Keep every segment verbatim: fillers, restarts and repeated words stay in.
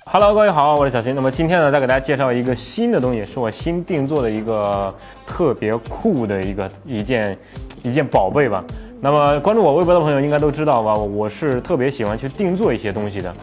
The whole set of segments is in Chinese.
Hello， 各位好，我是小新。那么今天呢，再给大家介绍一个新的东西，是我新定做的一个特别酷的一个一件一件宝贝吧。那么关注我微博的朋友应该都知道吧，我是特别喜欢去定做一些东西的。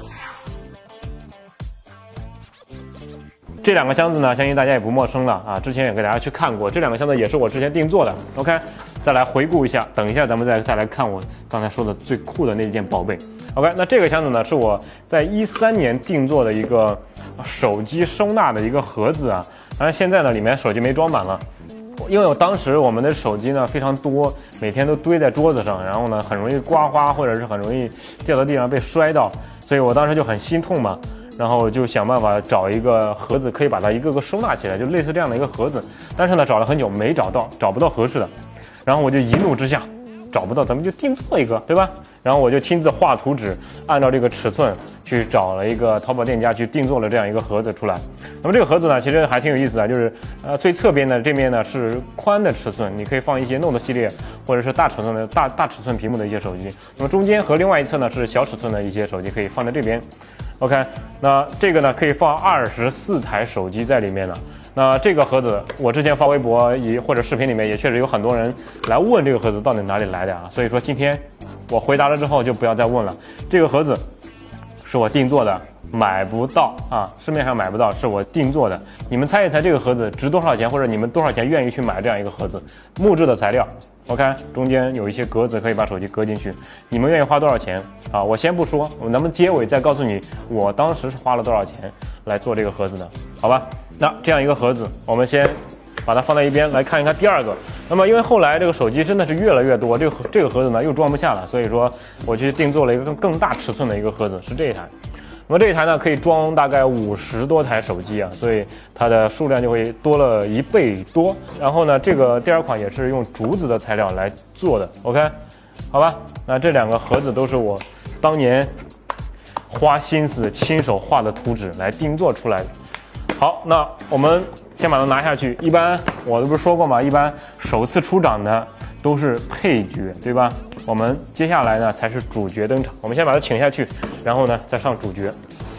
这两个箱子呢，相信大家也不陌生了啊，之前也给大家去看过。这两个箱子也是我之前定做的。OK， 再来回顾一下，等一下咱们再再来看我刚才说的最酷的那件宝贝。OK， 那这个箱子呢，是我在一三年定做的一个手机收纳的一个盒子啊。当然现在呢，里面手机没装满了，因为我当时我们的手机呢非常多，每天都堆在桌子上，然后呢很容易刮花，或者是很容易掉到地上被摔到，所以我当时就很心痛嘛。然后就想办法找一个盒子，可以把它一个个收纳起来，就类似这样的一个盒子。但是呢，找了很久没找到，找不到合适的。然后我就一怒之下，找不到，咱们就定做一个，对吧？然后我就亲自画图纸，按照这个尺寸去找了一个淘宝店家去定做了这样一个盒子出来。那么这个盒子呢，其实还挺有意思的，就是呃最侧边的这面呢是宽的尺寸，你可以放一些 Note 系列或者是大尺寸的大大尺寸屏幕的一些手机。那么中间和另外一侧呢是小尺寸的一些手机，可以放在这边。OK， 那这个呢可以放二十四台手机在里面了。那这个盒子，我之前发微博也或者视频里面也确实有很多人来问这个盒子到底哪里来的啊，所以说今天我回答了之后就不要再问了。这个盒子是我定做的，买不到啊，市面上买不到，是我定做的。你们猜一猜这个盒子值多少钱，或者你们多少钱愿意去买这样一个盒子？木质的材料 ，OK， 中间有一些格子可以把手机搁进去。你们愿意花多少钱啊？我先不说，我咱们结尾再告诉你，我当时是花了多少钱来做这个盒子的，好吧？那这样一个盒子，我们先把它放在一边，来看一看第二个。那么因为后来这个手机真的是越来越多，这个这个盒子呢又装不下了，所以说我去定做了一个更更大尺寸的一个盒子，是这一台。那么这一台呢可以装大概五十多台手机啊，所以它的数量就会多了一倍多。然后呢，这个第二款也是用竹子的材料来做的 ，OK， 好吧？那这两个盒子都是我当年花心思亲手画的图纸来定做出来的。好，那我们先把它拿下去。一般我都不是说过吗？一般首次出场的都是配角，对吧？我们接下来呢才是主角登场。我们先把它请下去，然后呢再上主角。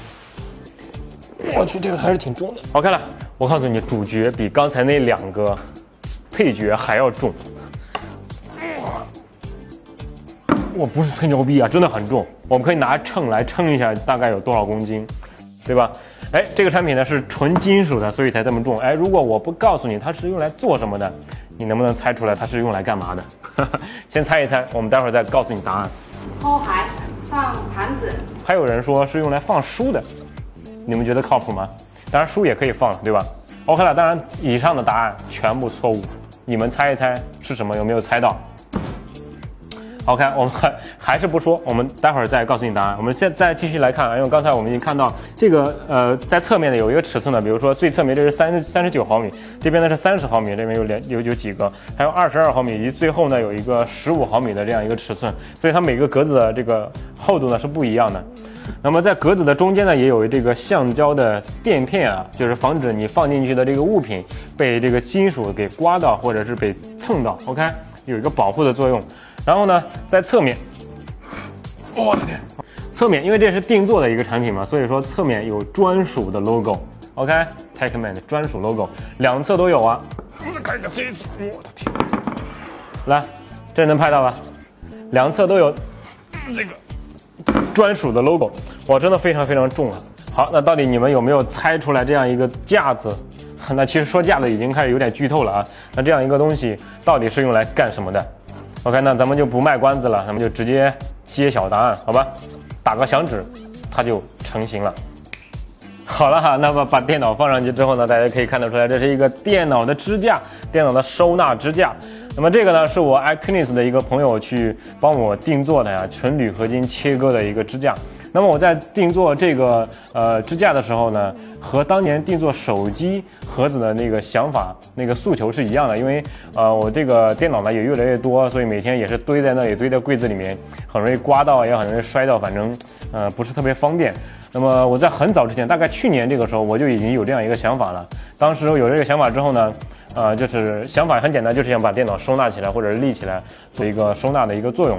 我去，这个还是挺重的。OK 了，我告诉你，主角比刚才那两个配角还要重。我不是吹牛逼啊，真的很重。我们可以拿秤来称一下，大概有多少公斤，对吧？哎，这个产品呢是纯金属的，所以才这么重。哎，如果我不告诉你它是用来做什么的，你能不能猜出来它是用来干嘛的？先猜一猜，我们待会儿再告诉你答案。 拖鞋，放盘子。 还有人说是用来放书的，你们觉得靠谱吗？当然书也可以放，对吧 ？OK 了，当然以上的答案全部错误。你们猜一猜是什么？有没有猜到？ OK， 我们还还是不说，我们待会儿再告诉你答案。我们现在继续来看，因为刚才我们已经看到这个呃，在侧面呢有一个尺寸的，比如说最侧面这是三三十九毫米，这边呢是三十毫米，这边有两有有几个，还有二十二毫米，以及最后呢有一个十五毫米的这样一个尺寸，所以它每个格子的这个厚度呢是不一样的。那么在格子的中间呢也有这个橡胶的垫片啊，就是防止你放进去的这个物品被这个金属给刮到或者是被蹭到 ，OK， 有一个保护的作用。 然后呢，在侧面，我的天，侧面因为这是定做的一个产品嘛，所以说侧面有专属的 logo，OK，Techman 的专属 logo， 两侧都有啊。我们看一个这次，我的天，来，这能拍到吧？两侧都有这个专属的 logo， 哇，真的非常非常重啊。好，那到底你们有没有猜出来这样一个架子？那其实说架子已经开始有点剧透了啊。那这样一个东西到底是用来干什么的？ OK， 那咱们就不卖关子了，咱们就直接揭晓答案，好吧？打个响指，它就成型了。好了哈，那么把电脑放上去之后呢，大家可以看得出来，这是一个电脑的支架，电脑的收纳支架。那么这个呢，是我 Iconis 的一个朋友去帮我定做的呀，纯铝合金切割的一个支架。那么我在定做这个呃支架的时候呢，和当年定做手机盒子的那个想法、那个诉求是一样的。因为呃我这个电脑呢也越来越多，所以每天也是堆在那里，堆在柜子里面，很容易刮到，也很容易摔到，反正呃不是特别方便。那么我在很早之前，大概去年这个时候，我就已经有这样一个想法了。当时有这个想法之后呢，呃，就是想法很简单，就是想把电脑收纳起来或者是立起来，做一个收纳的一个作用。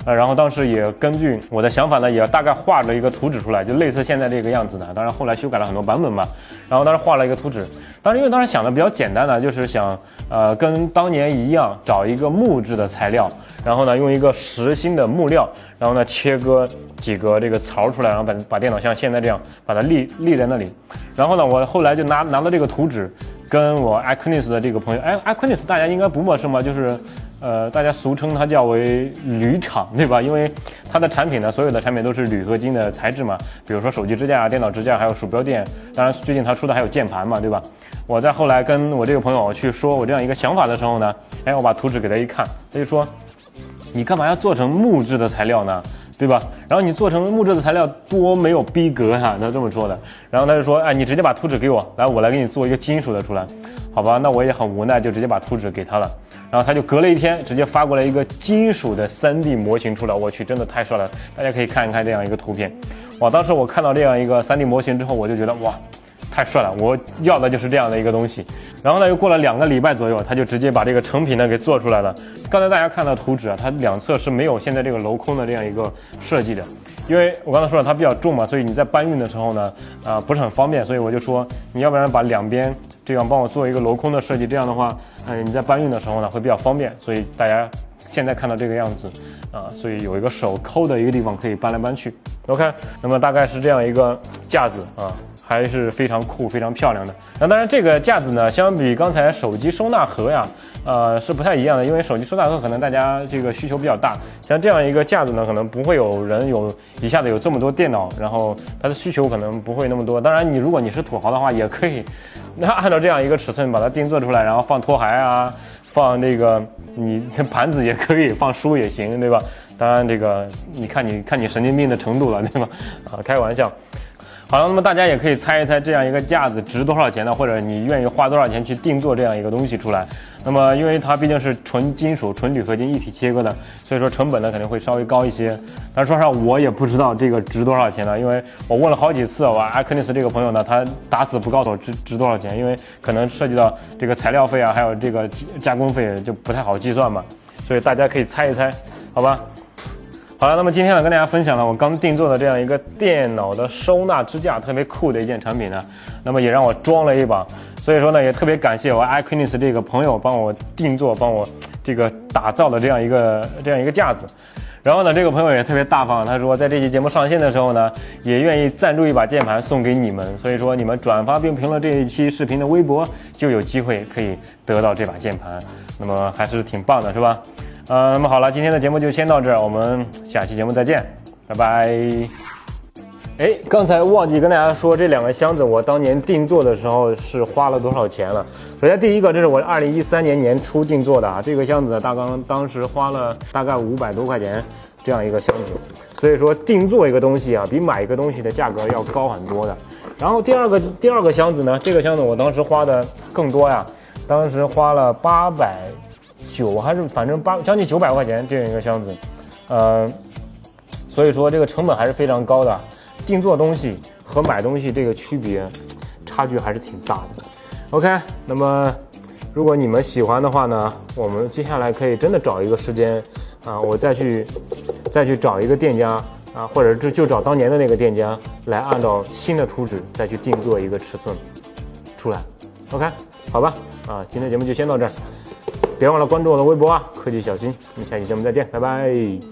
呃，然后当时也根据我的想法呢，也大概画了一个图纸出来，就类似现在这个样子的。当然后来修改了很多版本嘛，然后当时画了一个图纸。当时因为当时想的比较简单呢，就是想呃跟当年一样，找一个木质的材料，然后呢用一个实心的木料，然后呢切割几个这个槽出来，然后把把电脑像现在这样把它立立在那里。然后呢，我后来就拿拿了这个图纸，跟我 Iconis 的这个朋友，哎 ，Iconis 大家应该不陌生吧？就是。呃，大家俗称它叫为铝厂，对吧？因为它的产品呢，所有的产品都是铝合金的材质嘛，比如说手机支架、电脑支架，还有鼠标垫。当然，最近它出的还有键盘嘛，对吧？我在后来跟我这个朋友去说我这样一个想法的时候呢，哎，我把图纸给他一看，他就说：“你干嘛要做成木质的材料呢？对吧？然后你做成木质的材料多没有逼格呀、啊！”他这么说的。然后他就说：“哎，你直接把图纸给我，来，我来给你做一个金属的出来。”好吧，那我也很无奈，就直接把图纸给他了。然后他就隔了一天，直接发过来一个金属的 三 D 模型出来。我去，真的太帅了！大家可以看一看这样一个图片。哇，当时我看到这样一个 三 D 模型之后，我就觉得哇，太帅了！我要的就是这样的一个东西。然后呢，又过了两个礼拜左右，他就直接把这个成品呢给做出来了。刚才大家看到图纸啊，它两侧是没有现在这个镂空的这样一个设计的。因为我刚才说了它比较重嘛，所以你在搬运的时候呢，啊、呃、不是很方便，所以我就说你要不然把两边这样帮我做一个镂空的设计，这样的话，嗯、呃、你在搬运的时候呢会比较方便，所以大家现在看到这个样子啊、呃，所以有一个手抠的一个地方可以搬来搬去。OK， 那么大概是这样一个架子啊。还是非常酷、非常漂亮的。那当然，这个架子呢，相比刚才手机收纳盒呀，呃，是不太一样的。因为手机收纳盒可能大家这个需求比较大，像这样一个架子呢，可能不会有人有一下子有这么多电脑，然后它的需求可能不会那么多。当然，你如果你是土豪的话，也可以，那按照这样一个尺寸把它定做出来，然后放拖鞋啊，放这个你盘子也可以，放书也行，对吧？当然，这个你看你看你神经病的程度了，对吧？啊，开玩笑。好了，那么大家也可以猜一猜这样一个架子值多少钱呢？或者你愿意花多少钱去定做这样一个东西出来？那么因为它毕竟是纯金属、纯铝合金一体切割的，所以说成本呢肯定会稍微高一些。但是说实话，我也不知道这个值多少钱呢，因为我问了好几次，我 Iconis 这个朋友呢，他打死不告诉我值值多少钱，因为可能涉及到这个材料费啊，还有这个加工费就不太好计算嘛。所以大家可以猜一猜，好吧？好了，那么今天呢，跟大家分享了我刚定做的这样一个电脑的收纳支架，特别酷的一件产品呢。那么也让我装了一把，所以说呢，也特别感谢我 Iconis 这个朋友帮我定做、帮我这个打造的这样一个这样一个架子。然后呢，这个朋友也特别大方，他说在这期节目上线的时候呢，也愿意赞助一把键盘送给你们。所以说你们转发并评论这一期视频的微博，就有机会可以得到这把键盘。那么还是挺棒的，是吧？呃，那么好了，今天的节目就先到这儿，我们下期节目再见，拜拜。哎，刚才忘记跟大家说，这两个箱子我当年定做的时候是花了多少钱了。首先第一个，这是我二零一三年年初定做的啊，这个箱子大刚当时花了大概五百多块钱这样一个箱子，所以说定做一个东西啊，比买一个东西的价格要高很多的。然后第二个第二个箱子呢，这个箱子我当时花的更多呀，当时花了八百。九还是反正八将近九百块钱这样一个箱子，呃，所以说这个成本还是非常高的。定做东西和买东西这个区别差距还是挺大的。OK， 那么如果你们喜欢的话呢，我们接下来可以真的找一个时间啊，我再去再去找一个店家啊，或者就就找当年的那个店家来按照新的图纸再去定做一个尺寸出来。OK， 好吧，啊，今天节目就先到这儿。别忘了关注我的微博啊，科技小新。我们下期节目再见，拜拜。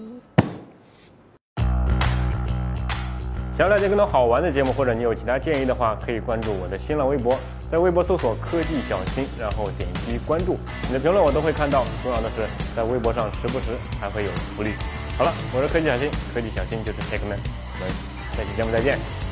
想要了解更多好玩的节目，或者你有其他建议的话，可以关注我的新浪微博，在微博搜索科技小新，然后点击关注。你的评论我都会看到，重要的是在微博上时不时还会有福利。好了，我是科技小新，科技小新就是 Take Man，我们下期节目再见。